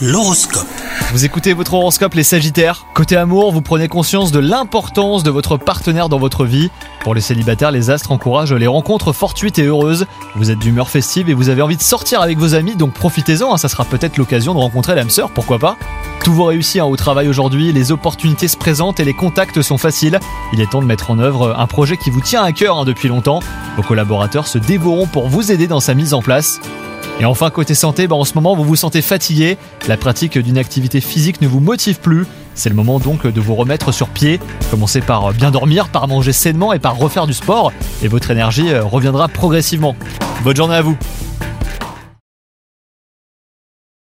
L'horoscope. Vous écoutez votre horoscope les Sagittaires. Côté amour, vous prenez conscience de l'importance de votre partenaire dans votre vie. Pour les célibataires, les astres encouragent les rencontres fortuites et heureuses. Vous êtes d'humeur festive et vous avez envie de sortir avec vos amis, donc profitez-en, ça sera peut-être l'occasion de rencontrer l'âme sœur, pourquoi pas. Tout vous réussit au travail aujourd'hui, les opportunités se présentent et les contacts sont faciles. Il est temps de mettre en œuvre un projet qui vous tient à cœur depuis longtemps. Vos collaborateurs se dévoueront pour vous aider dans sa mise en place. Et enfin, côté santé, en ce moment, vous vous sentez fatigué. La pratique d'une activité physique ne vous motive plus. C'est le moment donc de vous remettre sur pied. Commencez par bien dormir, par manger sainement et par refaire du sport. Et votre énergie reviendra progressivement. Bonne journée à vous!